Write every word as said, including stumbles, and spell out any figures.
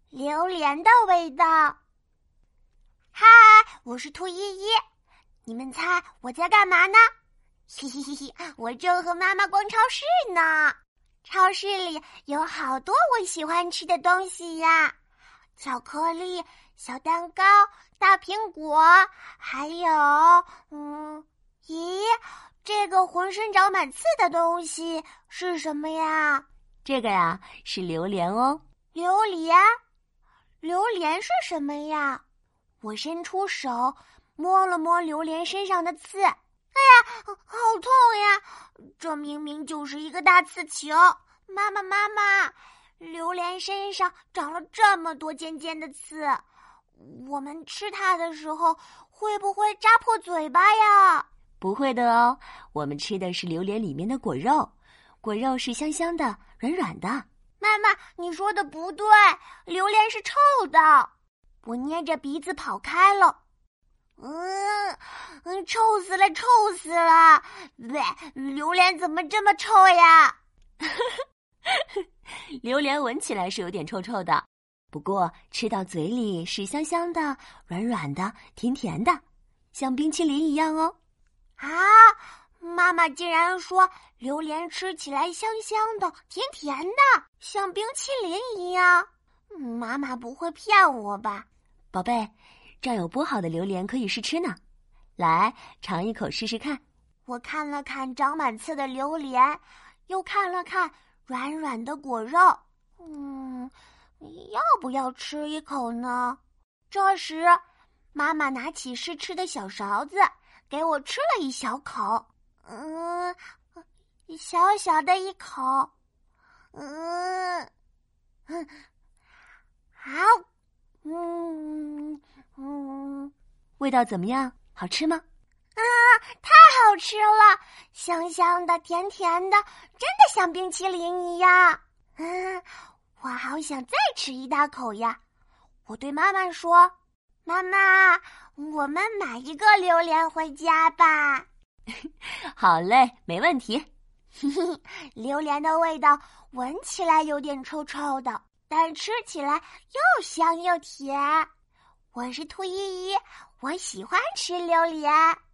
榴莲的味道。嗨，我是兔依依，你们猜我在干嘛呢？嘿嘿嘿嘿，我正和妈妈逛超市呢。超市里有好多我喜欢吃的东西呀，巧克力、小蛋糕、大苹果，还有……嗯，咦，这个浑身长满刺的东西是什么呀？ 这个呀，是榴莲哦。 榴莲？榴莲是什么呀？我伸出手摸了摸榴莲身上的刺，哎呀，好痛呀！这明明就是一个大刺球。妈妈妈妈，榴莲身上长了这么多尖尖的刺，我们吃它的时候会不会扎破嘴巴呀？ 不会的哦，我们吃的是榴莲里面的果肉，果肉是香香的、软软的。 妈妈，你说的不对，榴莲是臭的。我捏着鼻子跑开了。嗯嗯，臭死了，臭死了！喂，榴莲怎么这么臭呀？ 榴莲闻起来是有点臭臭的，不过吃到嘴里是香香的、软软的、甜甜的，像冰淇淋一样哦。 啊，妈妈竟然说榴莲吃起来香香的、甜甜的，像冰淇淋一样。妈妈不会骗我吧？ 宝贝，这儿有剥好的榴莲可以试吃呢，来尝一口试试看。 我看了看长满刺的榴莲，又看了看软软的果肉，嗯，要不要吃一口呢？这时，妈妈拿起试吃的小勺子，给我吃了一小口，嗯，小小的一口，嗯，嗯，好，嗯嗯， 味道怎么样？好吃吗？ 啊，太好吃了，香香的，甜甜的，真的像冰淇淋一样。嗯，我好想再吃一大口呀。我对妈妈说，妈妈，我们买一个榴莲回家吧。 好嘞，没问题。 榴莲的味道闻起来有点臭臭的，但吃起来又香又甜。我是兔依依，我喜欢吃榴莲。